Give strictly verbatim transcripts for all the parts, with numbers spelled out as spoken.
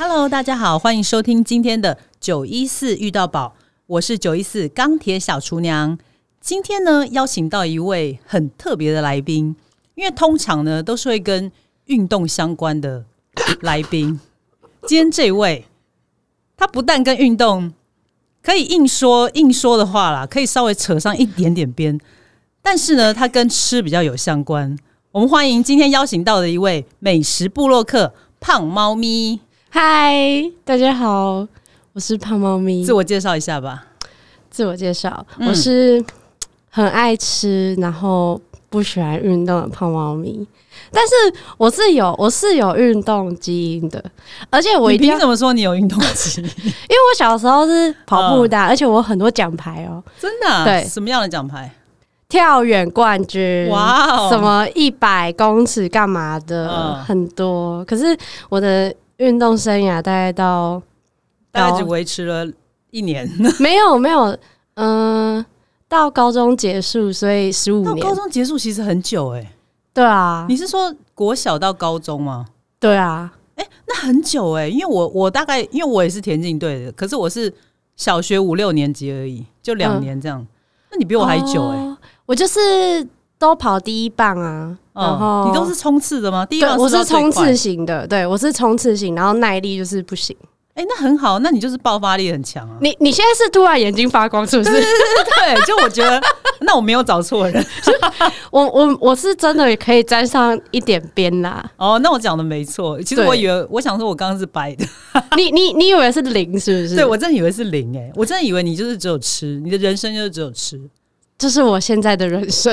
Hello， 大家好，欢迎收听今天的九一四遇到宝，我是九一四钢铁小厨娘。今天呢，邀请到一位很特别的来宾，因为通常呢都是会跟运动相关的来宾。今天这位，他不但跟运动可以硬说硬说的话啦，可以稍微扯上一点点边，但是呢，他跟吃比较有相关。我们欢迎今天邀请到的一位美食部落客胖猫咪。 嗨，大家好，我是胖猫咪。 自我介绍一下吧。 自我介绍、嗯，我是很爱吃，然后不喜欢运动的胖猫咪。但是我是有我是有运动基因的，而且我一定要。 你凭什么说你有运动基因？因为我小时候是跑步的、嗯，而且我有很多奖牌哦。 真的、啊？ 对， 什么样的奖牌？ 跳远冠军， 哇哦， 什么一百公尺干嘛的、嗯，很多。可是我的运动生涯大概到大概只维持了一年， 没有没有，嗯、呃，到高中结束，所以十五年。 到高中结束其实很久哎、欸。 对啊， 你是说国小到高中吗？ 对啊， 哎、欸，那很久哎、欸，因为我我大概因为我也是田径队的，可是我是小学五六年级而已，就两年这样、嗯。那你比我还久哎、欸哦！ 我就是都跑第一棒啊，嗯、然后你都是冲刺的吗？第一棒是我是冲刺型的，对我是冲刺型，然后耐力就是不行。 哎、欸，那很好，那你就是爆发力很强啊！ 你你现在是突然眼睛发光是不是？ 对对对对，就我觉得，那我没有找错人， 我我我是真的可以沾上一点边啦。 哦，那我讲的没错，其实我以为，我想说我刚刚是白的， 你你你以为是零是不是？ 对，我真的以为是零哎、欸，我真的以为你就是只有吃，你的人生就是只有吃， 这是我现在的人生。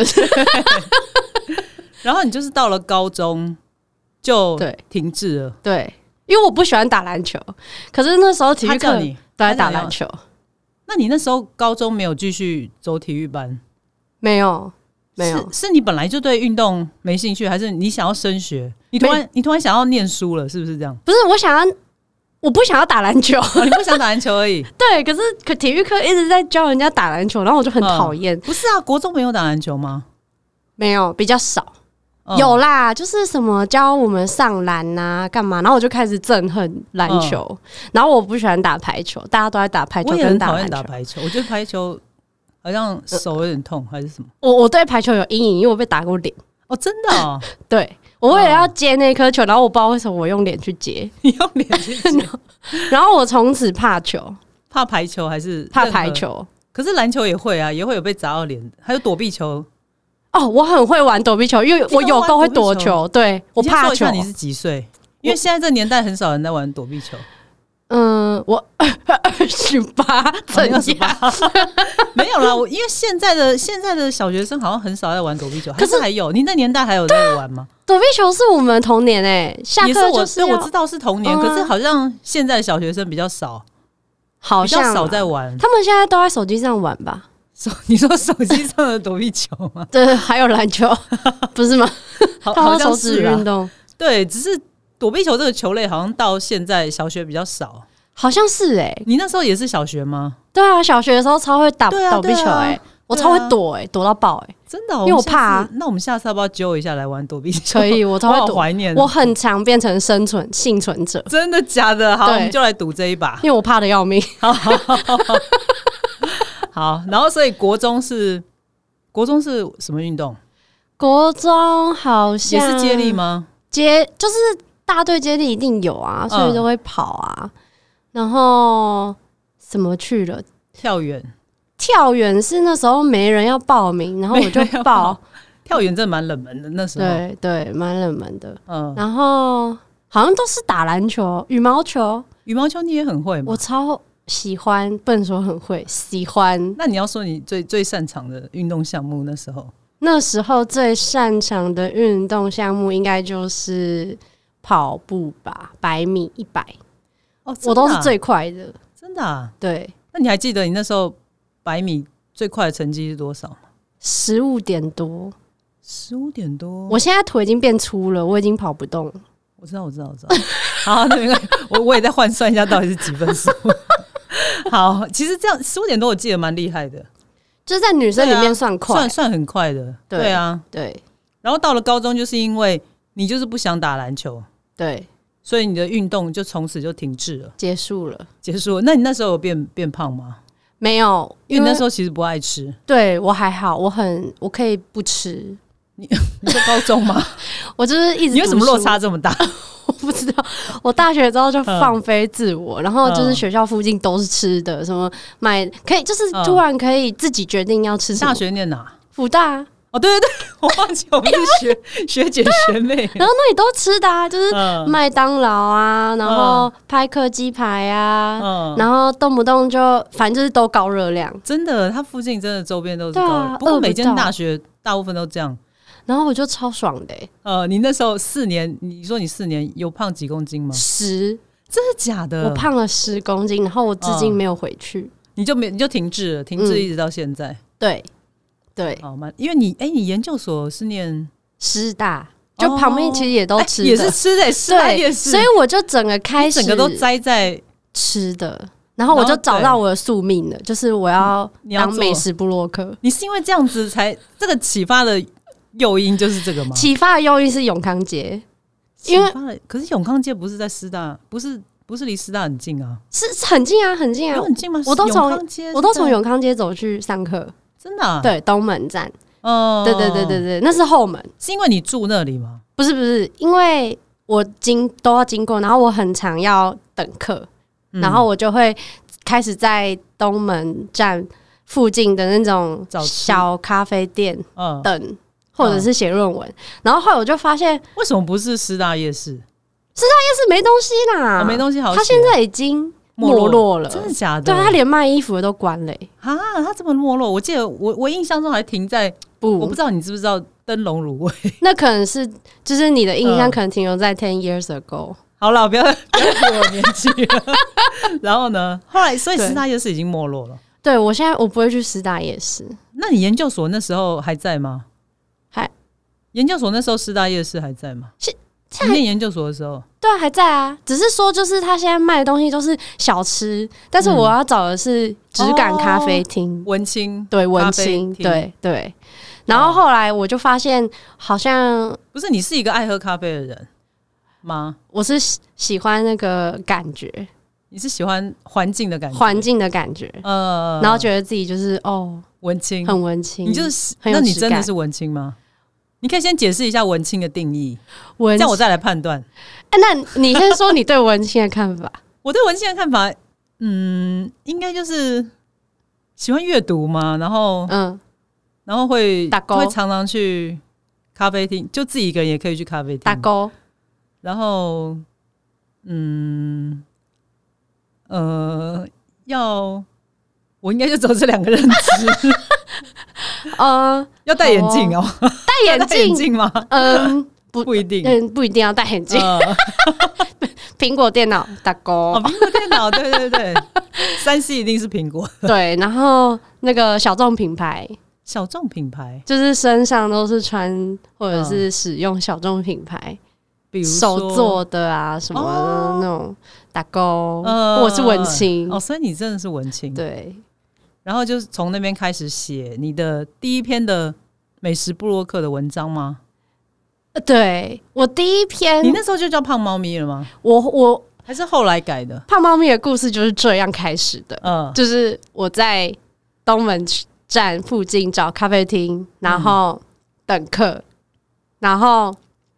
然后你就是到了高中就停滞了， 对。因为我不喜欢打篮球，可是那时候体育课都在打篮球。 那你那时候高中没有继续走体育班？ 没有，没有。 是, 是你本来就对运动没兴趣，还是你想要升学？你突然你突然想要念书了，是不是这样？ 不是，我想要，我不想要打篮球、 哦，你不想打篮球而已。 对，可是可体育课一直在教人家打篮球，然后我就很讨厌、嗯。 不是啊，国中没有打篮球吗？ 没有，比较少。有啦，就是什么教我们上篮啊，干嘛？然后我就开始憎恨篮球、嗯，然后我不喜欢打排球，大家都在打排球， 我也很讨厌打排球。我觉得排球好像手有点痛，还是什么？ 我我对排球有阴影，因为我被打过脸。 哦，真的、哦？ 对，我为了要接那颗球，然后我不知道为什么我用脸去接， 你用脸去接， 然后我从此怕球， 怕排球还是怕排球？ 可是篮球也会啊，也会有被砸到脸，还有躲避球。 哦，我很会玩躲避球，因为我有够会躲球。对，我怕球。 你是几岁？因为现在这年代很少人在玩躲避球。 嗯，我二十八，怎样？ 没有啦，我因为现在的现在的小学生好像很少在玩躲避球，可是还有，你那年代还有在玩吗？ 躲避球是我们童年哎、欸，下课就是我知道是童年、嗯，可是好像现在的小学生比较少， 好像比较少在玩。 他们现在都在手机上玩吧？ 你说手机上的躲避球吗？ 对，还有篮球，不是吗？ 好，好像是运动。 对，只是躲避球这个球类好像到现在小学比较少， 好像是哎、欸。 你那时候也是小学吗？ 对啊，小学的时候超会打躲避球哎、欸啊，我超会躲哎、欸，躲到爆哎、欸， 真的、哦， 因为我怕、啊。 那我们下次要不要揪一下来玩躲避球？ 可以，我超会躲。 我好怀念， 我很常变成生存幸存者。 真的假的？好，我们就来赌这一把， 因为我怕的要命。 好好好好好，然后所以国中是国中是什么运动？ 国中好像也是接力吗？ 接就是大队接力一定有啊，所以都会跑啊。嗯、然后什么去了？ 跳远， 跳远是那时候没人要报名，然后我就报。 跳远真的蛮冷门的，那时候对对，蛮冷门的。嗯，然后好像都是打篮球、羽毛球。 羽毛球你也很会吗？ 我超。喜欢，不能说很会，喜欢。 那你要说你最最擅长的运动项目，那时候那时候最擅长的运动项目应该就是跑步吧，百米、一百。哦，我都是最快的， 真的啊？ 对。 那你还记得你那时候百米最快的成绩是多少吗？ 十五点多。 十五点多。 我现在腿已经变粗了，我已经跑不动了。 我知道，我知道，我知道。好，那没关系，我我也在换算一下到底是几分数。好，其实这样十五点多我记得蛮厉害的， 就是在女生里面算快， 啊、算算很快的。对，对啊， 对。 然后到了高中，就是因为你就是不想打篮球， 对， 所以你的运动就从此就停滞了， 结束了， 结束了。那你那时候有变变胖吗？ 没有， 因为你那时候其实不爱吃。 对，我还好，我很我可以不吃。 你你说高中吗？ 我就是一直你为什么落差这么大？ 我不知道。我大学之后就放飞自我，嗯、然后就是学校附近都是吃的，什么买可以，就是突然可以自己决定要吃什么。 大学念哪？ 辅大。 哦，对对对，我忘记我们是学学姐学妹。 然后那里都吃的啊，就是麦当劳啊，然后派克鸡排啊，嗯、然后动不动就反正就是都高热量。 真的，它附近真的周边都是高热量。啊、不过每间大学大部分都这样。 然后我就超爽的、欸。 呃，你那时候四年，你说你四年有胖几公斤吗？ 十， 真的假的？ 我胖了十公斤，然后我至今没有回去。嗯、 你就没你就停滞了，停滞一直到现在。嗯、 对。对， 好嘛，因为你哎、欸，你研究所是念师大，就旁边其实也都吃的， 哦欸、也是吃的，师大也是， 所以我就整个开始整个都栽在吃的，然后我就找到我的宿命了，就是我要当美食部落客。 你是因为这样子才这个启发的诱因就是这个吗？ 启发的诱因是永康街， 因为可是永康街不是在师大，不是不是离师大很近啊？ 是很近啊，很近啊， 有很近吗？ 我都从我都从永康街走去上课。 真的、啊、 对，东门站， 哦， 对对对对对，那是后门。 是因为你住那里吗？ 不是不是，因为我经都要经过，然后我很常要等课，嗯、然后我就会开始在东门站附近的那种小咖啡店等，嗯、或者是写论文。然后后来我就发现， 为什么不是师大夜市？ 师大夜市没东西啦， 哦、没东西好写。 他现在已经没落了， 真的假的？ 对，他连卖衣服的都关了、欸、 啊！他这么没落，我记得我我印象中还停在不，我不知道你知不知道灯笼卤味？ 那可能是就是你的印象可能停留在 ten years ago。 好了，不要不要提我年纪了。然后呢，后来所以师大夜市已经没落了。 对，我现在我不会去师大夜市。 那你研究所那时候还在吗？ 还研究所那时候师大夜市还在吗？是。你念研究所的时候， 对啊，还在啊。只是说，就是他现在卖的东西都是小吃，但是我要找的是质感咖啡厅， 文青， 对，文青，对对。然后后来我就发现，好像不是你是一个爱喝咖啡的人吗？ 我是喜欢那个感觉， 你是喜欢环境的感觉， 环境的感觉，呃，然后觉得自己就是哦， 文青， 很文青。 你就是那你真的是文青吗？你可以先解释一下文青的定义，这样我再来判断。 欸、那你先说你对文青的看法。 我对文青的看法，嗯，应该就是喜欢阅读嘛，然后，嗯，然后会会常常去咖啡厅，就自己一个人也可以去咖啡厅打勾。 然后，嗯，呃，要我应该就走这两个认知。呃，要戴眼镜哦， 戴眼镜镜吗？ 嗯，不不一定， 嗯，不一定要戴眼镜。苹、呃、果电脑打勾， 哦，苹果电脑，对对对，三 C 一定是苹果。 对，然后那个小众品牌， 小众品牌就是身上都是穿或者是使用小众品牌，比如手做的啊什么的、哦、那种打勾，呃、我是文青哦，所以你真的是文青， 对。 然后就是从那边开始写你的第一篇的美食部落客的文章吗？ 对，我第一篇， 你那时候就叫胖猫咪了吗？ 我我还是后来改的。 胖猫咪的故事就是这样开始的，嗯，就是我在东门站附近找咖啡厅，然后等课，嗯、然后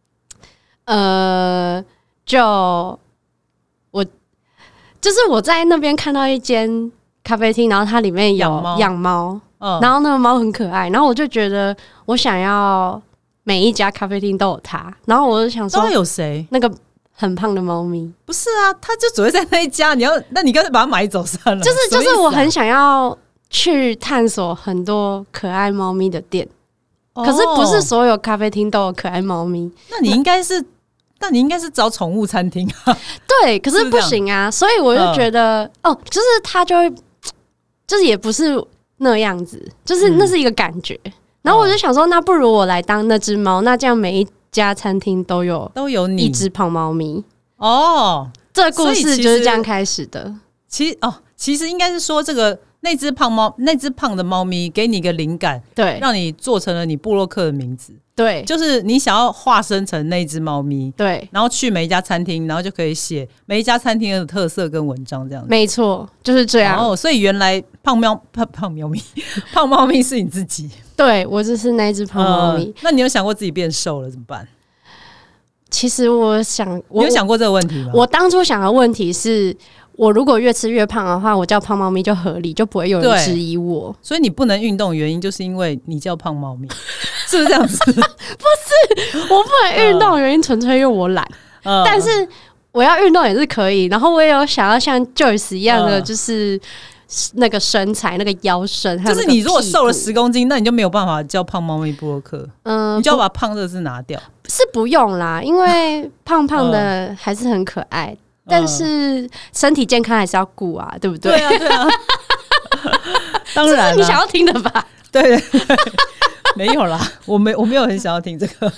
呃，就我就是我在那边看到一间咖啡厅，然后它里面有养猫，嗯、然后那个猫很可爱，然后我就觉得我想要每一家咖啡厅都有它，然后我就想说， 都有谁？ 那个很胖的猫咪？不是啊，它就只会在那一家，你要那你干脆把它买走算了。 就是就是，我很想要去探索很多可爱猫咪的店，哦、可是不是所有咖啡厅都有可爱猫咪。 那你应该是。那你应该是找宠物餐厅啊？ 对，可是不行啊，所以我就觉得，嗯、哦，就是它就会，就是也不是那样子，就是那是一个感觉。嗯、然后我就想说，那不如我来当那只猫，那这样每一家餐厅都有都有你一只胖猫咪哦。 这个故事就是这样开始的。 其实哦，其实应该是说这个那只胖猫，那只胖的猫咪给你一个灵感， 对， 让你做成了你部落客的名字。 对， 就是你想要化身成那只猫咪， 对， 然后去每一家餐厅，然后就可以写每一家餐厅的特色跟文章这样子。 没错，就是这样。 哦，所以原来胖喵胖胖喵咪胖猫咪是你自己。 对，我就是那只胖猫咪、 呃。那你有想过自己变瘦了怎么办？ 其实我想，我你有想过这个问题吗？ 我当初想的问题是，我如果越吃越胖的话，我叫胖猫咪就合理，就不会有人质疑我。 所以你不能运动的原因，就是因为你叫胖猫咪，是不是这样子？ 不是，我不能运动的原因纯粹因为我懒、呃，但是我要运动也是可以。然后我也有想要像 Joyce 一样的，呃、就是那个身材、那个腰身， 就是你如果瘦了十公斤，那你就没有办法叫胖猫咪部落客。嗯、呃，你就要把胖这个字拿掉。 是不用啦，因为胖胖的还是很可爱。呃但是身体健康还是要顾啊，对不对？ 对啊，对啊，当然， 这是你想要听的吧？ 对对对，没有啦，我没我没有很想要听这个。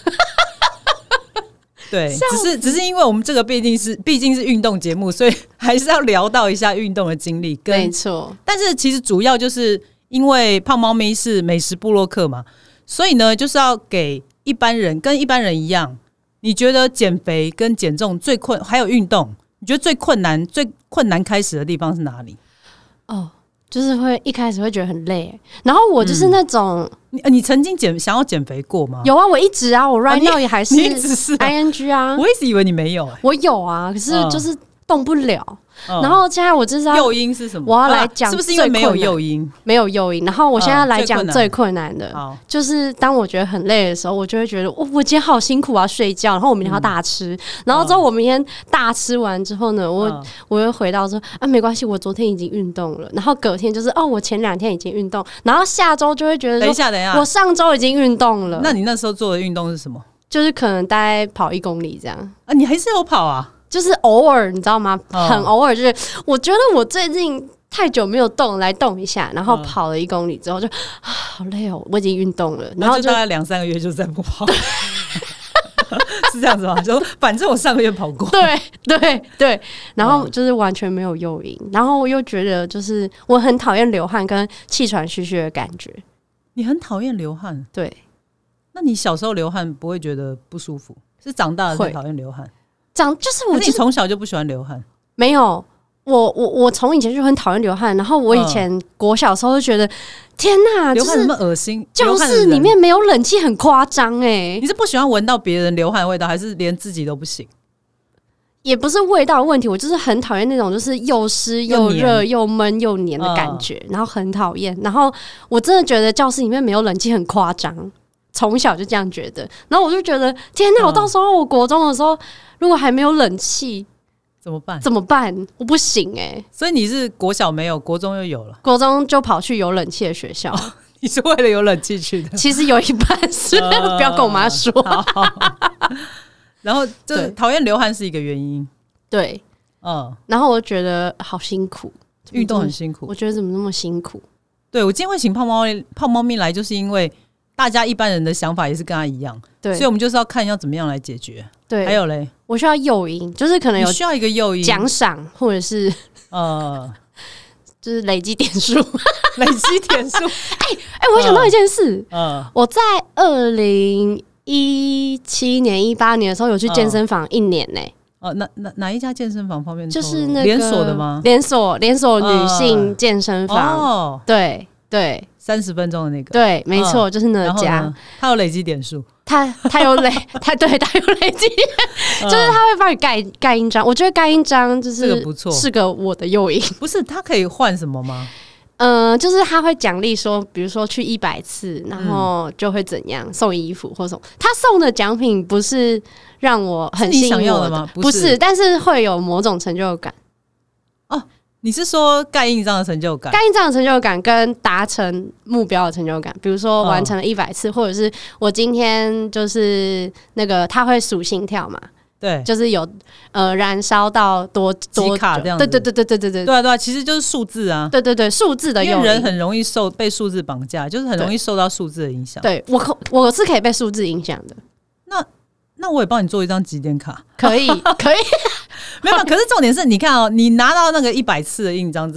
对，只是只是因为我们这个毕竟是毕竟是运动节目，所以还是要聊到一下运动的经历。 没错， 但是其实主要就是因为胖猫咪是美食部落客嘛，所以呢，就是要给一般人跟一般人一样，你觉得减肥跟减重最困，还有运动。你觉得最困难、最困难开始的地方是哪里？ 哦，就是会一开始会觉得很累，然后我就是那种，嗯、 你你曾经减想要减肥过吗？ 有啊，我一直啊，我 right now 也还是 I N G 啊， 我一直以为你没有、欸， 我有啊，可是就是动不了。 嗯、 然后现在我知道诱因是什么， 我要来讲、 啊、是不是因为没有诱因？ 没有诱因。然后我现在来讲最困难的， 嗯、 就是当我觉得很累的时候，我就会觉得，哦，我今天好辛苦啊，睡觉，然后我明天要大吃，嗯、然后之后我明天大吃完之后呢，我、嗯、我又回到说啊，没关系，我昨天已经运动了，然后隔天就是哦，我前两天已经运动，然后下周就会觉得说， 等一下，等一下， 我上周已经运动了。 那你那时候做的运动是什么？ 就是可能大概跑一公里这样啊，你还是有跑啊？ 就是偶尔，你知道吗？ 哦、 很偶尔，就是我觉得我最近太久没有动，来动一下，然后跑了一公里之后就，就、嗯、啊好累哦，我已经运动了，然后就大概两三个月就再不跑，是这样子吗？就反正我上个月跑过， 对对对，然后就是完全没有诱因，然后我又觉得就是我很讨厌流汗跟气喘吁吁的感觉。 你很讨厌流汗？ 对。 那你小时候流汗不会觉得不舒服？是长大了才讨厌流汗？ 长就是我、就是， 你从小就不喜欢流汗？ 没有，我我我从以前就很讨厌流汗，然后我以前国小的时候就觉得，嗯、天哪， 流汗那么恶心， 教室里面没有冷气很夸张哎。 你是不喜欢闻到别人流汗的味道，还是连自己都不行？ 也不是味道的问题，我就是很讨厌那种就是又湿又热又闷又黏的感觉，嗯、然后很讨厌。然后我真的觉得教室里面没有冷气很夸张。从小就这样觉得，然后我就觉得天哪！我到时候我国中的时候，如果还没有冷气， 怎么办？ 怎么办？我不行哎、欸！ 所以你是国小没有，国中又有了， 国中就跑去有冷气的学校。 哦、你是为了有冷气去的？ 其实有一半是，呃、不要跟我妈说。 好好然后就是讨厌流汗是一个原因， 对， 嗯。 然后我觉得好辛苦， 运动很辛苦。 我觉得怎么那么辛苦？ 对，我今天会请胖猫胖猫咪来，就是因为。大家一般人的想法也是跟他一样，对，所以我们就是要看要怎么样来解决。对，还有嘞， 我需要诱因，就是可能有需要一个诱因， 奖赏或者是呃，就是累积点数， 累积点数。 哎哎，我想到一件事，嗯、呃，我在二零一七年、一八年的时候有去健身房一年呢、欸。 哦、呃，哪哪哪一家健身房方面？ 就是那个连锁的吗？ 连锁连锁女性健身房。哦，对对。 三十分钟的那个， 对，没错、嗯，就是那家。 他有累积点数， 他他有累，他对他有累积，嗯、就是他会帮你盖盖印章。我觉得盖印章就是这个不错， 是个我的诱因。 不是，他可以换什么吗？ 嗯、呃，就是他会奖励说，比如说去一百次，然后就会怎样、嗯、送衣服或什么。他送的奖品不是让我很吸引我的， 是你想要的吗？不是， 不是，但是会有某种成就感。 哦。你是说盖印章的成就感？ 盖印章的成就感跟达成目标的成就感，比如说完成了一百次、哦，或者是我今天就是那个他会数心跳嘛，对，就是有呃燃烧到多多几卡这样子， 对对对对对对对， 对啊对啊，其实就是数字啊， 对对对，数字的诱因， 因为人很容易受被数字绑架，就是很容易受到数字的影响。 对我可我是可以被数字影响的， 那那我也帮你做一张集点卡， 可以可以。 没有，可是重点是你看哦，你拿到那个一百次的印章之后，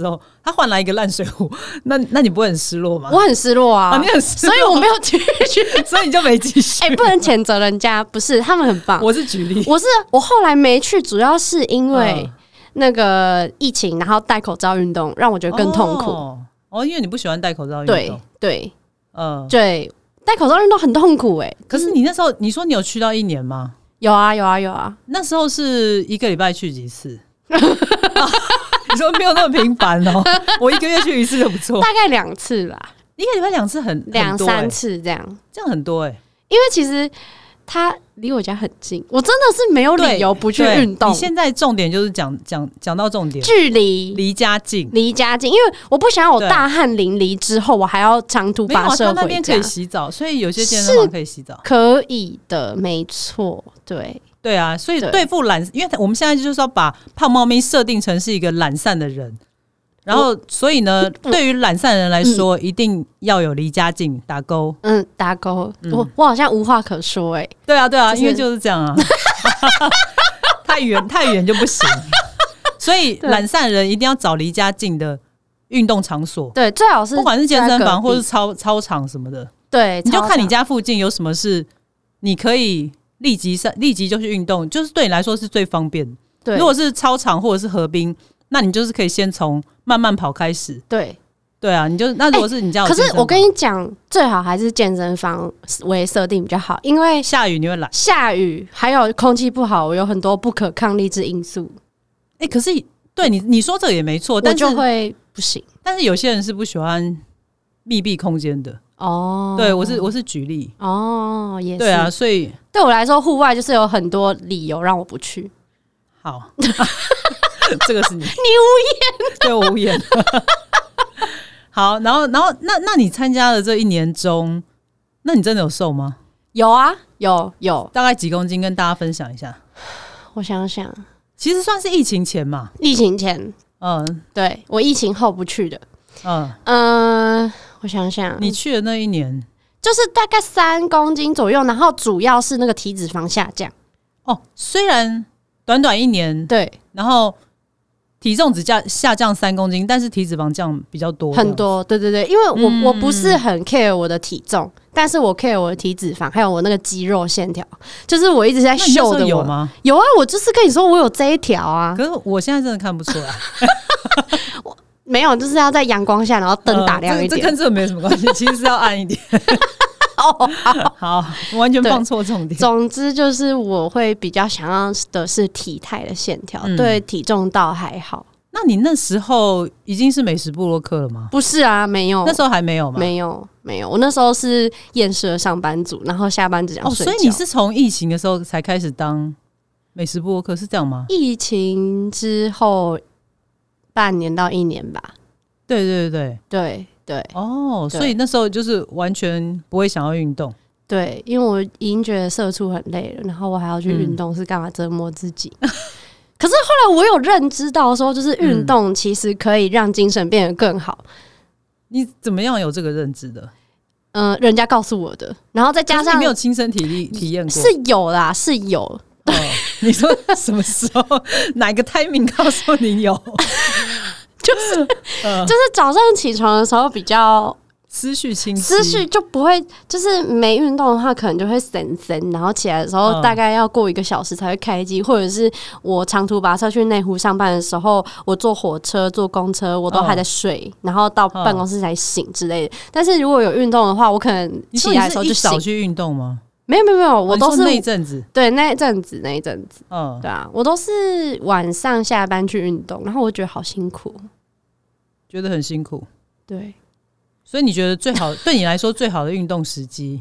他换来一个烂水壶，那那你不会很失落吗？ 我很失落啊， 啊你很失落， 所以我没有继续， 所以你就没继续。 哎、欸，不能谴责人家，不是他们很棒。 我是举例， 我是我后来没去，主要是因为那个疫情，然后戴口罩运动让我觉得更痛苦。 哦，哦因为你不喜欢戴口罩运动， 对对， 嗯、呃， 对，戴口罩运动很痛苦哎、欸。 可是你那时候你说你有去到一年吗？ 有啊有啊有啊， 那时候是一个礼拜去几次？你说没有那么频繁哦，我一个月去一次就不错， 大概两次吧， 一个礼拜两次很两三次这样， 这样很多哎、欸。 因为其实它离我家很近，我真的是没有理由不去运动。 你现在重点就是讲讲讲到重点， 距离离家近， 离家近，因为我不想要我大汗淋漓之后，我还要长途跋涉回家。 他那边可以洗澡，所以有些健身房可以洗澡， 可以的，没错，对。 对啊，所以对付懒，因为我们现在就是要把胖猫咪设定成是一个懒散的人，然后所以呢，嗯、对于懒散的人来说、嗯，一定要有离家近打勾。 嗯，打勾，嗯、我我好像无话可说哎、欸。 对啊，对啊，因为就是这样啊，太远太远就不行。所以懒散的人一定要找离家近的运动场所， 对，最好是不管是健身房或是操操场什么的， 对， 你就看你家附近有什么是你可以。立即上立即就去运动，就是对你来说是最方便的。对，如果是操场或者是河滨，那你就是可以先从慢慢跑开始。对，对啊，你就那如果是你家有健身房、欸， 可是我跟你讲，最好还是健身房为设定比较好，因为下雨你会懒， 下雨还有空气不好，有很多不可抗力之因素。 哎、欸，可是对你你说这个也没错，但我就会不行。 但是有些人是不喜欢密闭空间的。哦，对我是我是举例哦，也是对啊，所以对我来说，户外就是有很多理由让我不去。 好，这个是你，你无言， 对我无言。好，然后然后那那你参加了这一年中，那你真的有瘦吗？ 有啊，有有， 大概几公斤，跟大家分享一下。 我想想， 其实算是疫情前嘛， 疫情前，嗯，对我疫情后不去的，嗯嗯。呃我想想， 你去的那一年就是大概三公斤左右，然后主要是那个体脂肪下降。 哦，虽然短短一年， 对， 然后体重只下下降三公斤，但是体脂肪降比较多， 很多。对对对，因为我、嗯、我不是很 care 我的体重，但是我 care 我的体脂肪，还有我那个肌肉线条，就是我一直在秀的我。 有吗？ 有啊，我就是跟你说我有这一条啊。 可是我现在真的看不出来。 我没有，就是要在阳光下，然后灯打亮一点。 呃、这, 这跟这个没什么关系，其实是要暗一点。哦，好，好，完全放错重点。 总之就是我会比较想要的是体态的线条、嗯，对体重倒还好。 那你那时候已经是美食部落客了吗？ 不是啊，没有， 那时候还没有吗？ 没有，没有。我那时候是厌世的上班族，然后下班只想睡觉。 哦，所以你是从疫情的时候才开始当美食部落客，是这样吗？ 疫情之后。半年到一年吧， 对对对对对哦，所以那时候就是完全不会想要运动， 对，因为我已经觉得社畜很累了，然后我还要去运动，是干嘛折磨自己？嗯、可是后来我有认知到说，就是运动其实可以让精神变得更好。嗯、 你怎么样有这个认知的？ 嗯、呃，人家告诉我的，然后再加上你没有亲身体力体验过， 是有啦，是有。 哦、你说什么时候哪个 timing 告诉你有？ 就是、呃、就是早上起床的时候比较思绪清晰， 思绪就不会就是没运动的话，可能就会神神，然后起来的时候大概要过一个小时才会开机，嗯、或者是我长途跋涉去内湖上班的时候，我坐火车、坐公车，我都还在睡，嗯、然后到办公室才醒之类的。但是如果有运動的话，我可能起来的时候就醒。 你早去运动吗？ 没有没有没有，我都是那一阵子， 对那一阵子那一阵子，嗯，对啊，我都是晚上下班去运动，然后我觉得好辛苦， 觉得很辛苦， 对， 所以你觉得最好对你来说最好的运动时机，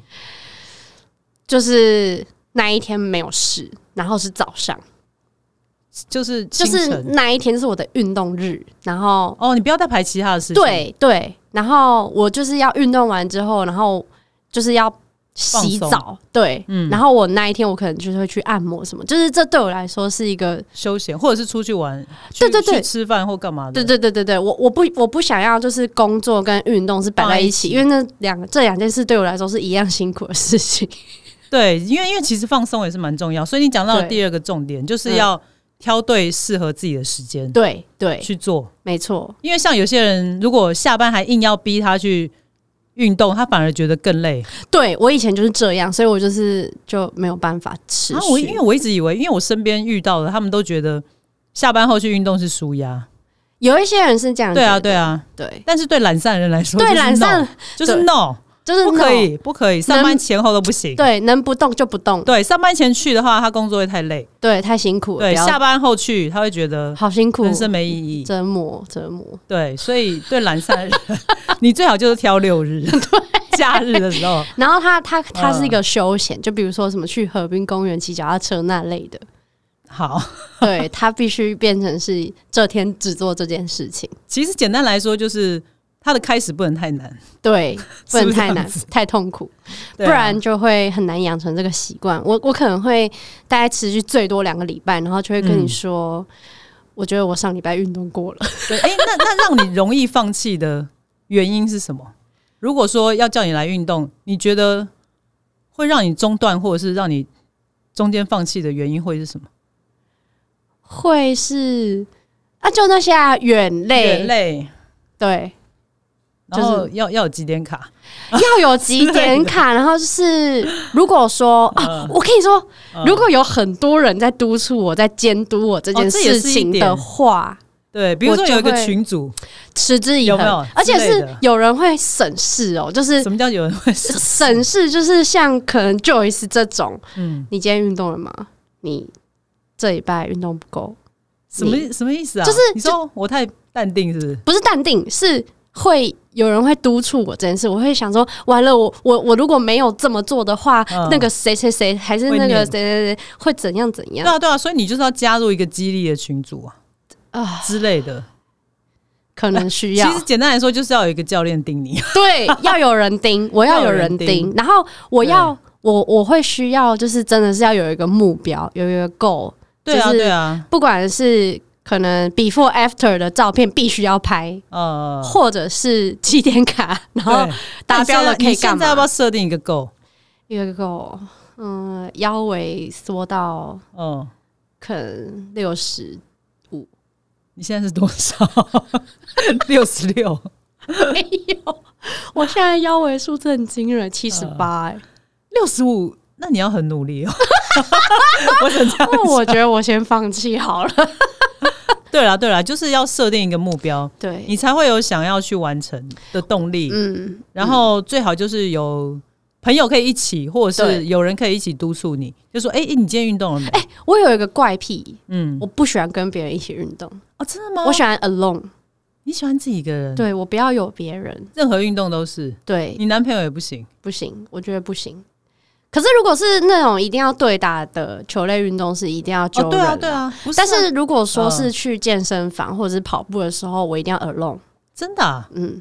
就是那一天没有事，然后是早上， 就是就是那一天是我的运动日，然后哦，你不要再排其他的事情， 对对，然后我就是要运动完之后，然后就是要。洗澡，对、嗯，然后我那一天我可能就是会去按摩什么，就是这对我来说是一个休闲，或者是出去玩， 对对对， 去吃饭或干嘛的， 对对对对对，我我不我不想要就是工作跟运动是摆在一起，因为那两个这两件事对我来说是一样辛苦的事情。 对，因为因为其实放松也是蛮重要，所以你讲到的第二个重点就是要挑对适合自己的时间， 对对， 去做， 没错。 因为像有些人，如果下班还硬要逼他去运动，他反而觉得更累。 对，我以前就是这样，所以我就是就没有办法持续。 啊、我因为我一直以为，因为我身边遇到的，他们都觉得下班后去运动是舒压。 有一些人是这样， 对啊，对啊， 对。 但是对懒散的人来说， 对懒散就是 no， 就是 no, 不可以，不可以，上班前后都不行。 对，能不动就不动。 对，上班前去的话，他工作会太累， 对，太辛苦了。 对，下班后去，他会觉得好辛苦， 人生没意义， 折磨折磨。 对，所以对懒散的人，你最好就是挑六日，对，假日的时候。 然后他他他是一个休闲，嗯、就比如说什么去河滨公园骑脚踏车那类的。 好， 对，他必须变成是这天只做这件事情。 其实简单来说，就是他的开始不能太难， 对，不能太难，太痛苦，不然就会很难养成这个习惯。我我可能会大概持续最多两个礼拜，然后就会跟你说，嗯、我觉得我上礼拜运动过了。 对，哎、欸，那那让你容易放弃的原因是什么？如果说要叫你来运动，你觉得会让你中断，或者是让你中间放弃的原因会是什么？ 会是啊，就那些啊，远累， 远累， 对， 然后要要有几点卡， 要有几点卡，然后就是如果说啊，我跟你说，如果有很多人在督促我，在监督我这件事情的话， 对，比如说有一个群组， 持之以恒，而且是有人会审视哦，就是什么叫有人会审视？就是像可能 Joyce 这种，嗯，你今天运动了吗？你这礼拜运动不够， 什么什么意思啊？ 就是你说我太淡定，是不是？ 不是淡定，是会有人会督促我这件事。我会想说，完了，我我我如果没有这么做的话，嗯、那个谁谁谁还是那个谁谁谁会怎样怎样？ 对啊对啊，所以你就是要加入一个激励的群组啊啊之类的， 可能需要。 其实简单来说，就是要有一个教练盯你， 对，要有人盯，我要有人盯，然后我要我我会需要，就是真的是要有一个目标，有一个 goal。 对啊，对啊， 不管是可能 before after 的照片必须要拍，呃，或者是起点卡，然后达标了可以干嘛？ 你现在要不要设定一个 goal？ 一个 goal， 嗯，腰围缩到嗯，可能六十五。 你现在是多少？六十六？ 没有，我现在腰围数字很惊人，七十八。哎， 六十五，那你要很努力哦。我想这样， 我觉得我先放弃好了。 对啦对啦，就是要设定一个目标， 对你才会有想要去完成的动力。嗯，然后最好就是有朋友可以一起，或者是有人可以一起督促你，就说：“哎、欸欸，你今天运动了没？”哎、欸， 我有一个怪癖，嗯，我不喜欢跟别人一起运动。 哦，真的吗？ 我喜欢 alone。 你喜欢自己一个人？ 对，我不要有别人， 任何运动都是。 对， 你男朋友也不行， 不行，我觉得不行。可是如果是那种一定要对打的球类运动，是一定要揪人、哦、 对啊对啊。啊但是如果说是去健身房或者是跑步的时候，我一定要 alone。 真的、啊？嗯。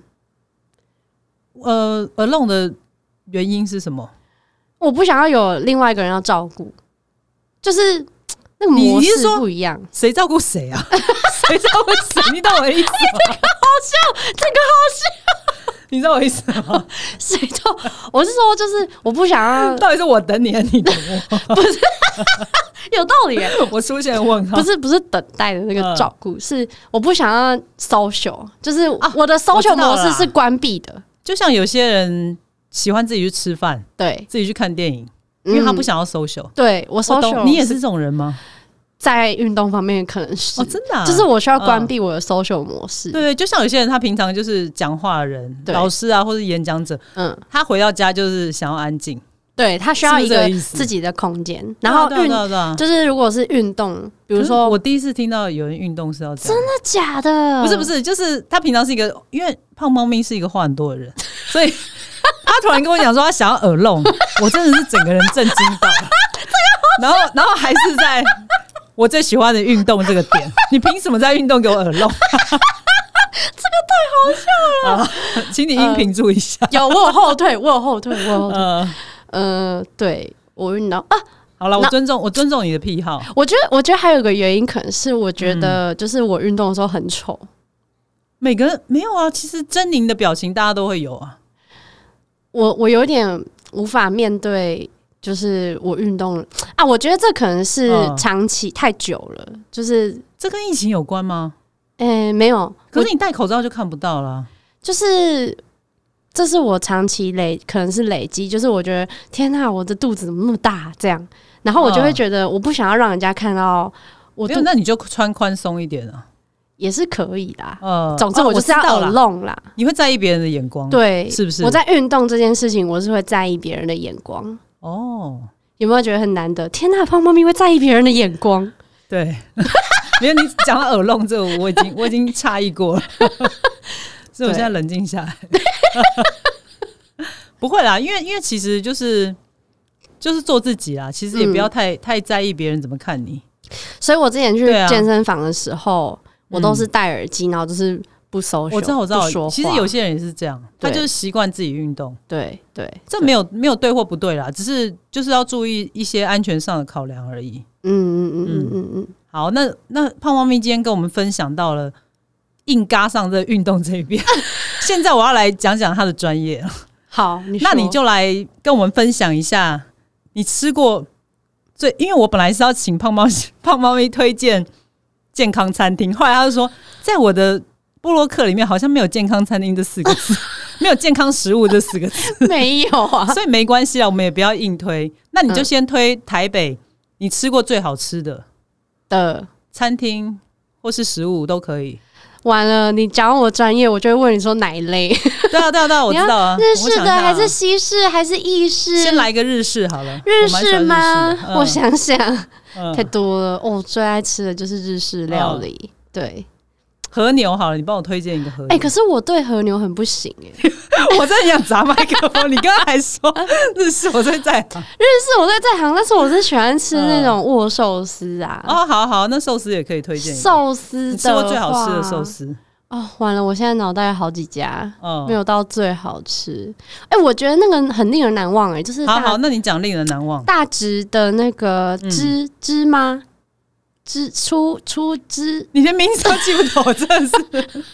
呃 ，alone 的原因是什么？ 我不想要有另外一个人要照顾，就是那个模式不一样。 谁照顾谁啊？谁照顾谁？你懂我的意思吗？ 这个好笑，这个好笑。 你知道我意思吗？ 谁都，我是说，就是我不想要。 到底是我等你，还是你等我？ 不是，有道理耶。 我出现问号， 不是不是等待的那个照顾、嗯，是我不想要 social， 就是我的 social 模式是关闭的、啊。 就像有些人喜欢自己去吃饭， 对， 自己去看电影，因为他不想要 social。 对我 social， 你也是这种人吗？ 在运动方面可能是哦，真的、啊， 就是我需要关闭我的 social 模式。 嗯、对，就像有些人，他平常就是讲话的人，老师啊，或是演讲者，嗯，他回到家就是想要安静， 对他需要一个自己的空间。然后运就是如果是运动，比如说我第一次听到有人运动是要这样， 真的假的？ 不是不是，就是他平常是一个，因为胖猫咪是一个话很多的人，所以他突然跟我讲说他想要耳聋，我真的是整个人震惊到了。然后，然后还是在。我最喜欢的运动这个点，你凭什么在运动给我耳聋？这个太好笑了、 啊！请你音频注意一下。 呃、有我有后退，我有后退，我有后退。呃，呃对我运动啊， 好了，我尊重我尊重你的癖好。 我觉得，我觉得还有一个原因，可能是我觉得，就是我运动的时候很丑、嗯。 每个人没有啊，其实狰狞的表情大家都会有啊。 我我有点无法面对就是我运动啊，我觉得这可能是长期太久了，嗯、就是这跟疫情有关吗？ 诶、欸，没有， 可是你戴口罩就看不到了。就是这是我长期累，可能是累积，就是我觉得天哪、啊，我的肚子怎么那么大这样，然后我就会觉得我不想要让人家看到我。没有， 那你就穿宽松一点啊。也是可以啦，呃，总之我就是要耳聋啦、哦。 你会在意别人的眼光， 对， 是不是？ 我在运动这件事情，我是会在意别人的眼光。哦，有没有觉得很难得？天哪，胖猫咪会在意别人的眼光？ 对，因为你讲到耳聋这个，我已经我已经诧异过了，所以我现在冷静下来。不会啦，因为因为其实就是就是做自己啦，其实也不要太、嗯、太在意别人怎么看你。 所以我之前去健身房的时候。我都是戴耳机，然后就是不social， 我知道，我知道。 不说话。 其实有些人也是这样，他就是习惯自己运动。 对对， 这没有没有对或不对啦，只是就是要注意一些安全上的考量而已。嗯嗯嗯嗯嗯嗯。好，那那胖猫咪今天跟我们分享到了硬嘎上这运动这一边，现在我要来讲讲他的专业了。 好，你那你就来跟我们分享一下你吃过最，因为我本来是要请胖猫胖猫咪推荐健康餐厅，后来他就说在我的部落客里面好像没有健康餐厅这四个字，没有健康食物这四个字， 没有啊， 所以没关系啦，我们也不要硬推。那你就先推台北你吃过最好吃的的餐厅或是食物都可以。 完了，你讲我专业，我就会问你说哪一类？ 对啊，对啊，对啊，我知道啊。 日式的还是西式还是意式？ 先来一个日式好了。 日式吗？我, 嗯、我想想、嗯，太多了。哦，最爱吃的就是日式料理。嗯、对， 和牛好了，你帮我推荐一个和牛。 哎、欸，可是我对和牛很不行哎、欸， 我真的想砸麦克风。你刚刚还说日式我最在行， 日式我最在行，但是我是喜欢吃那种握寿司啊。 哦，好好，那寿司也可以推荐。 寿司， 你吃过最好吃的寿司？ 哦，完了！我现在脑袋有好几家，嗯、没有到最好吃。哎、欸，我觉得那个很令人难忘哎、欸，就是好好，那你讲令人难忘。 大直的那个芝、嗯、芝吗？芝出出芝， 你连名字都记不得，我真的是，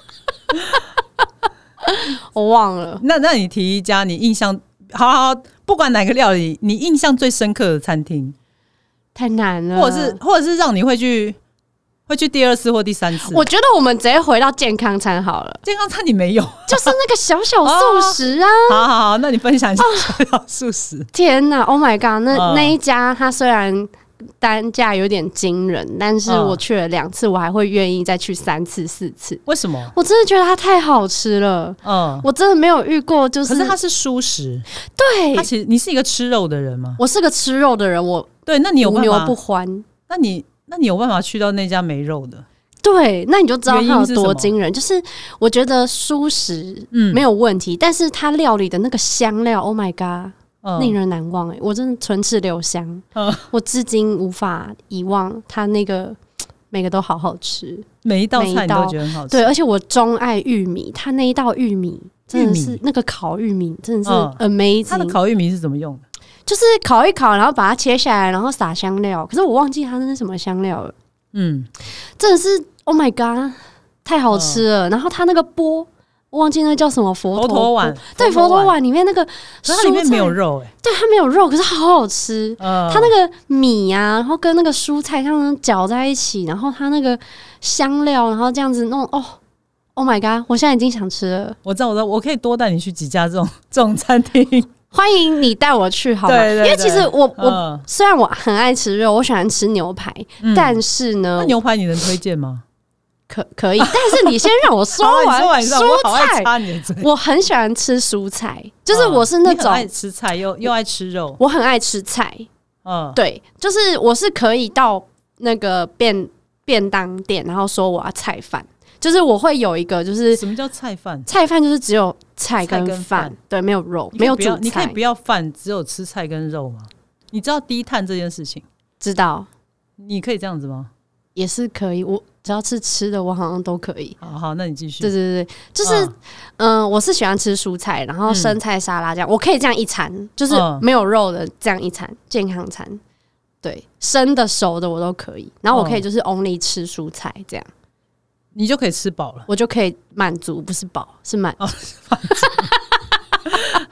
我忘了。 那那你提一家你印象好好，不管哪个料理，你印象最深刻的餐厅， 太难了， 或者是或者是让你会去。会去第二次或第三次？ 我觉得我们直接回到健康餐好了。 健康餐你没有， 就是那个小小素食啊。 哦、好好好，那你分享一下小小素食。哦、 天哪 ！Oh my god！ 那、哦、那一家它虽然单价有点惊人，但是我去了两次，我还会愿意再去三次、四次。 为什么？ 我真的觉得它太好吃了。嗯，我真的没有遇过，就是。 可是它是蔬食。 对。 它其实你是一个吃肉的人吗？ 我是个吃肉的人，我对，那你有办法无牛不欢？ 那你。那你有办法去到那家没肉的？ 对，那你就知道它有多惊人。就是我觉得蔬食没有问题，嗯、但是它料理的那个香料 ，Oh my god，、嗯、令人难忘哎、欸！我真的唇齿留香、嗯，我至今无法遗忘它那个每个都好好吃， 每一道菜你都觉得很好吃。 对，而且我钟爱玉米，它那一道玉米真的是那个烤玉米真的是 amazing。它的烤玉米是怎么用的？ 就是烤一烤，然后把它切下来，然后撒香料。可是我忘记它那是什么香料了。嗯，真的是 Oh my god， 太好吃了。嗯、然后它那个钵，我忘记那叫什么佛陀碗， 对，佛陀碗里面那个， 它里面没有肉哎、欸， 对，它没有肉，可是好好吃。嗯、它那个米啊，然后跟那个蔬菜它们搅在一起，然后它那个香料，然后这样子弄哦。Oh my god！ 我现在已经想吃了。 我知道，我知道，我可以多带你去几家这种这种餐厅。 欢迎你带我去好吗？对对对，因为其实我我、嗯、虽然我很爱吃肉，我喜欢吃牛排，嗯、但是呢， 那牛排你能推荐吗？ 可可以，但是你先让我说完。 完蔬菜，我好爱插你的嘴。 我很喜欢吃蔬菜，就是我是那种、嗯、 爱吃菜又又爱吃肉。 我很爱吃菜，嗯，对，就是我是可以到那个便便当店，然后说我要菜饭。就是我会有一个，就是什么叫菜饭？ 菜饭就是只有菜跟饭，对，没有肉，没有主菜。 你可以不要饭，只有吃菜跟肉吗？你知道低碳这件事情？ 知道。 你可以这样子吗？ 也是可以，我只要吃吃的，我好像都可以。 好好，那你继续。 对对对，就是嗯、呃，我是喜欢吃蔬菜，然后生菜沙拉这样，嗯、我可以这样一餐，就是没有肉的这样一餐，健康餐。对，生的熟的我都可以，然后我可以就是 only 吃蔬菜这样。 你就可以吃饱了， 我就可以满足，不是饱，是满足。 哦、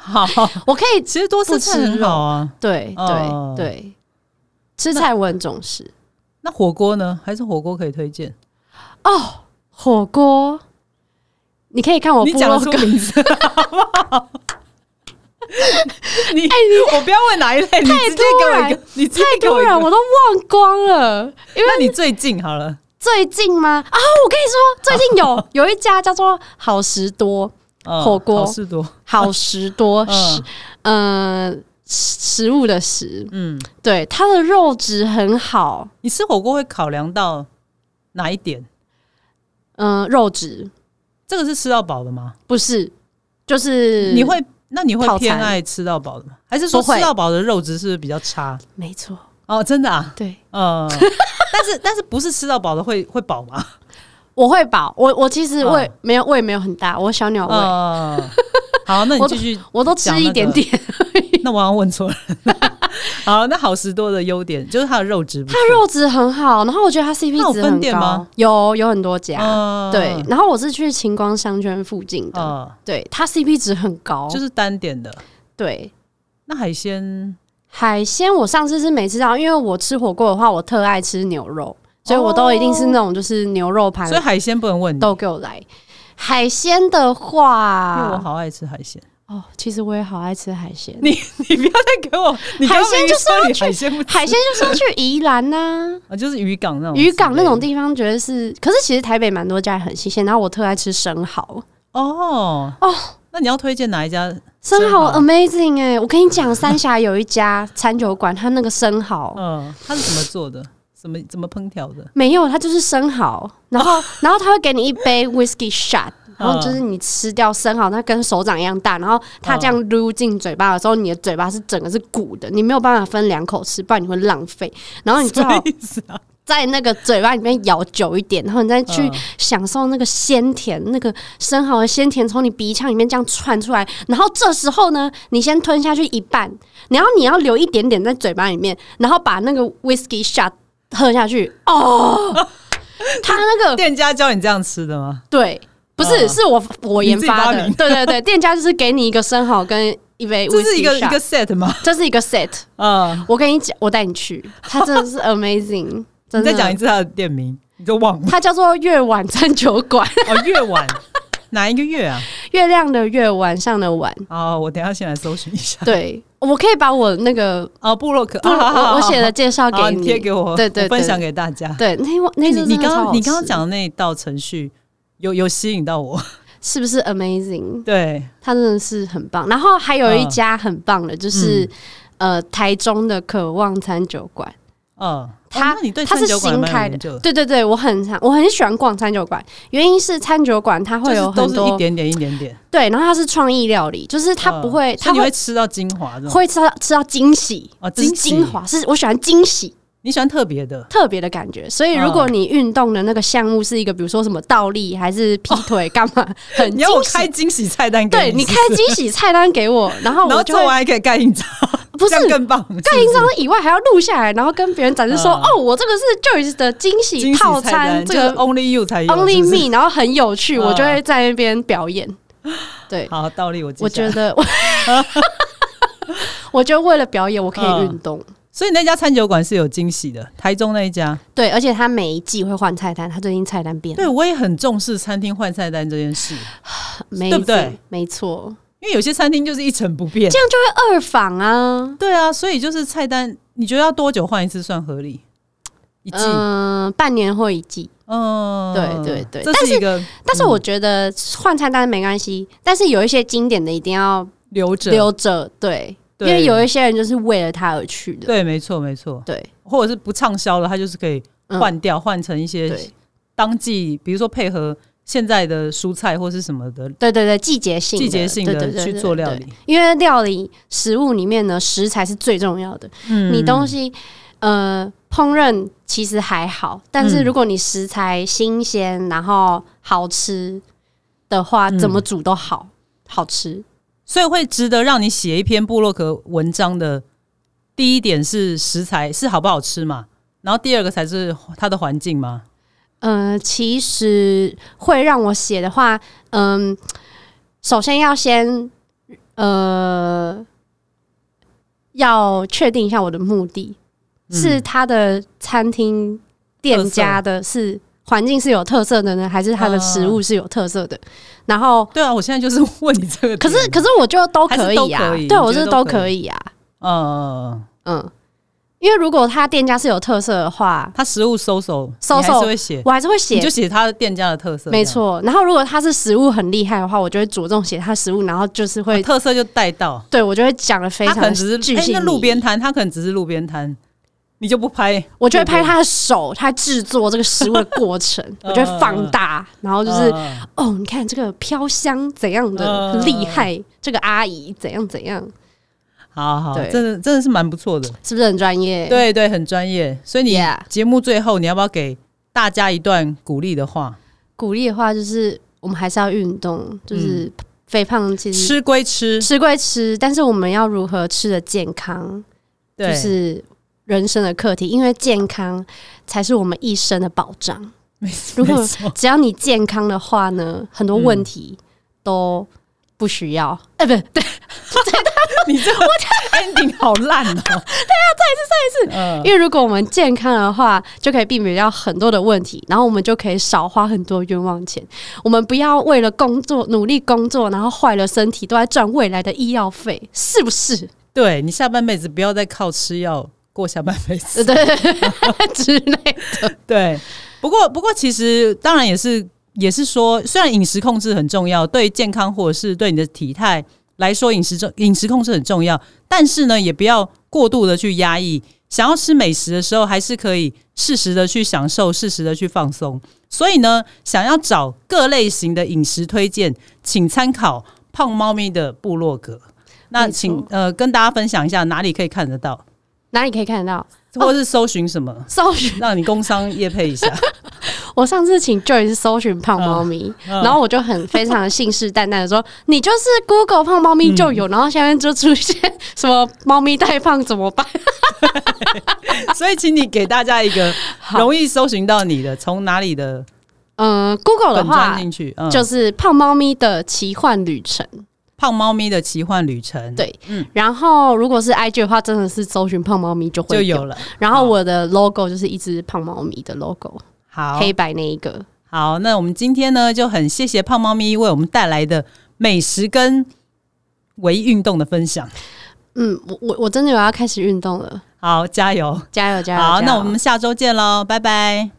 好， 我可以其实多吃菜很好啊。 对对、哦、对，吃菜我很重视。 那火锅呢？还是火锅可以推荐？ 哦，火锅，你可以看我部落格名字好不好？ 你哎、欸，我不要问哪一类，你直接给我一个，你直接给我一个， 太突然，我都忘光了。因为那你最近好了， 最近吗？啊，我跟你说，最近有有一家叫做好食多火锅， 好食多， 好食多，食嗯、呃、食物的食，嗯，对，它的肉质很好。 你吃火锅会考量到哪一点？ 嗯、呃，肉质， 这个是吃到饱的吗？ 不是，就是你会。那你会偏爱吃到饱的吗？还是说吃到饱的肉质是不是比较差？ 没错， 哦，真的啊， 对， 呃，但是但是不是吃到饱的会会饱吗？ 我会饱，我我其实胃、哦、没有胃没有很大，我小鸟胃。 哦、好，那你继续、那個， 我都吃一点点。 那我好像问错了。好，那好食多的优点就是它的肉质不错， 它肉质很好，然后我觉得它 C P 值很高吗？ 有有很多家、 呃， 对。然后我是去晴光商圈附近的，呃、对，它 C P 值很高， 就是单点的。 对， 那海鲜， 海鲜我上次是没吃到，因为我吃火锅的话，我特爱吃牛肉，所以我都一定是那种就是牛肉盘， 所以海鲜不能问你， 都给我来。海鲜的话， 因为我好爱吃海鲜。 哦，其实我也好爱吃海鲜。 你你不要再给我，你海鲜就是要去海鲜， 海鲜就是要去宜兰呐， 啊，就是渔港那种渔港那种地方，觉得是。可是其实台北蛮多家很新鲜，然后我特爱吃生蚝。 哦哦，那你要推荐哪一家？ 生蚝 amazing 哎、欸！我跟你讲，三峡有一家餐酒馆，它那个生蚝， 嗯，它是怎么做的？怎么怎么烹调的？ 没有，它就是生蚝，然后、哦、然后他会给你一杯 whisky shot。然后就是你吃掉生蚝，它跟手掌一样大，然后它这样撸进嘴巴的时候，你的嘴巴是整个是鼓的，你没有办法分两口吃，不然你会浪费。然后你最好在那个嘴巴里面咬久一点，然后你再去享受那个鲜甜，那个生蚝的鲜甜从你鼻腔里面这样窜出来。然后这时候呢，你先吞下去一半，然后你要留一点点在嘴巴里面，然后把那个 whisky shot 喝下去。哦，他那个店家教你这样吃的吗？ 对。不是，呃、是我我研发的，对对对，店家就是给你一个生蚝跟一杯 whisky shot， 这是一个一个 set 吗？ 这是一个 set， 嗯，我跟你讲，我带你去，它真的是 amazing， 真的。 你再讲一次它的店名，你就忘了。 它叫做月晚餐酒馆。 哦，月晚，哪一个月啊？ 月亮的月，晚上的晚。 哦，我等一下先来搜寻一下。 对，我可以把我那个哦部落格， 我我写的介绍给你， 贴给我， 对 对, 對， 分享给大家。 对，那那你刚刚你刚刚讲的那一道程序，有有吸引到我。 是不是 amazing？ 对， 它真的是很棒。然后还有一家很棒的，就是、嗯、呃台中的渴望餐酒馆。 嗯， 它、 哦、 它是新开的。对对对，我很常我很喜欢逛餐酒馆，原因是餐酒馆它会有很多、 就是、都是一点点一点点。 对，然后它是创意料理，就是它不会，它、 嗯、会, 會吃到精华， 会吃到吃到惊喜哦， 惊喜精华是我喜欢惊喜。 你喜欢特别的特别的感觉，所以如果你运动的那个项目是一个，比如说什么倒立还是劈腿干嘛，很惊喜， 你要我开惊喜菜单给你， 对你开惊喜菜单给我，然后我就做完还可以盖印章， 不是这样更棒。 盖印章以外还要录下来，然后跟别人展示说，哦，我这个是 Joyce 的惊喜套餐，这个 Only You 才有 ，Only Me， 然后很有趣，我就会在那边表演。对， 好，倒立我记下来， 我觉得，我觉得为了表演，我可以运动。 所以那家餐酒馆是有惊喜的，台中那一家。 对，而且他每一季会换菜单，他最近菜单变了。 对，我也很重视餐厅换菜单这件事，对不对？ 没错， 因为有些餐厅就是一成不变， 这样就会二访啊。 对啊，所以就是菜单，你觉得要多久换一次算合理？一季？嗯、 呃，半年或一季。嗯，对对对， 这是一个。 但是，但是我觉得换菜单没关系，但是有一些经典的一定要留着留着，对。因为有一些人就是为了他而去的， 对，没错，没错， 对， 或者是不畅销了，他就是可以换掉，换、嗯、成一些当季，比如说配合现在的蔬菜或是什么的， 对对对，季节性的、 季节性的去做料理。 因为料理食物里面呢，食材是最重要的。嗯，你东西呃烹饪其实还好，但是如果你食材新鲜，然后好吃的话，怎么煮都好，嗯、好吃。 所以会值得让你写一篇部落格文章的第一点是食材是好不好吃嘛，然后第二个才是它的环境吗？ 呃，其实会让我写的话，嗯、呃，首先要先呃，要确定一下我的目的、嗯、是他的餐厅店家的是环境是有特色的呢，还是他的食物是有特色的？嗯、然后对啊，我现在就是问你这个， 可是可是我就都可以啊， 以对，我是都可以啊， 嗯嗯。因为如果他店家是有特色的话， 他食物搜搜搜搜，我还是会写， 你就写他的店家的特色， 没错。然后如果他是食物很厉害的话，我就会着重写他食物，然后就是会、 啊、特色就带到， 对我就会讲的非常具细腻。 那路边摊，他可能只是路边摊，你就不拍， 我就会拍他的手，他制作这个食物的过程，我就会放大，然后就是、呃、哦，你看这个飘香怎样的很厉害、呃，这个阿姨怎样怎样。 好好，真的真的是蛮不错的， 是不是很专业？ 对对，很专业。所以你节目最后你要不要给大家一段鼓励的话？ 鼓励的话就是我们还是要运动，就是肥胖其实吃归吃， 吃归吃，但是我们要如何吃得健康，就是人生的课题。因为健康才是我们一生的保障。如果只要你健康的话呢，很多问题都不需要。哎、嗯，欸、不对。 你这个 ending 好烂哦、喔！对啊，再一次，再一次、嗯。因为如果我们健康的话，就可以避免掉很多的问题，然后我们就可以少花很多冤枉钱。我们不要为了工作努力工作，然后坏了身体，都在赚未来的医药费，是不是？ 对，你下半辈子不要再靠吃药过下半辈子， 对之类的。 对，不过不过其实当然也是也是说，虽然饮食控制很重要，对健康或者是对你的体态来说，饮食饮食控制很重要，但是呢，也不要过度的去压抑。想要吃美食的时候，还是可以适时的去享受，适时的去放松。所以呢，想要找各类型的饮食推荐，请参考胖猫咪的部落格。那请呃跟大家分享一下哪里可以看得到， 哪里可以看得到， 或是搜寻什么？哦、 搜寻让你工商业配一下。 我上次请 Joyce 搜寻胖猫咪、嗯嗯，然后我就很非常的信誓旦旦的说，你就是 Google 胖猫咪就有、嗯，然后下面就出现什么猫咪太胖怎么办？ 所以请你给大家一个容易搜寻到你的，从哪里的？ 嗯 ，Google 的话进去、嗯， 就是胖猫咪的奇幻旅程。 胖猫咪的奇幻旅程， 对，嗯，然后如果是 I G 的话，真的是搜寻胖猫咪就会 有, 就有了。 然后我的 logo 就是一只胖猫咪的 logo， 好， 黑白那一个。 好，那我们今天呢就很谢谢胖猫咪为我们带来的美食跟微运动的分享。 嗯，我我我真的有要开始运动了。 好，加油， 加油，加油！ 好， 加油， 那我们下周见喽，拜拜。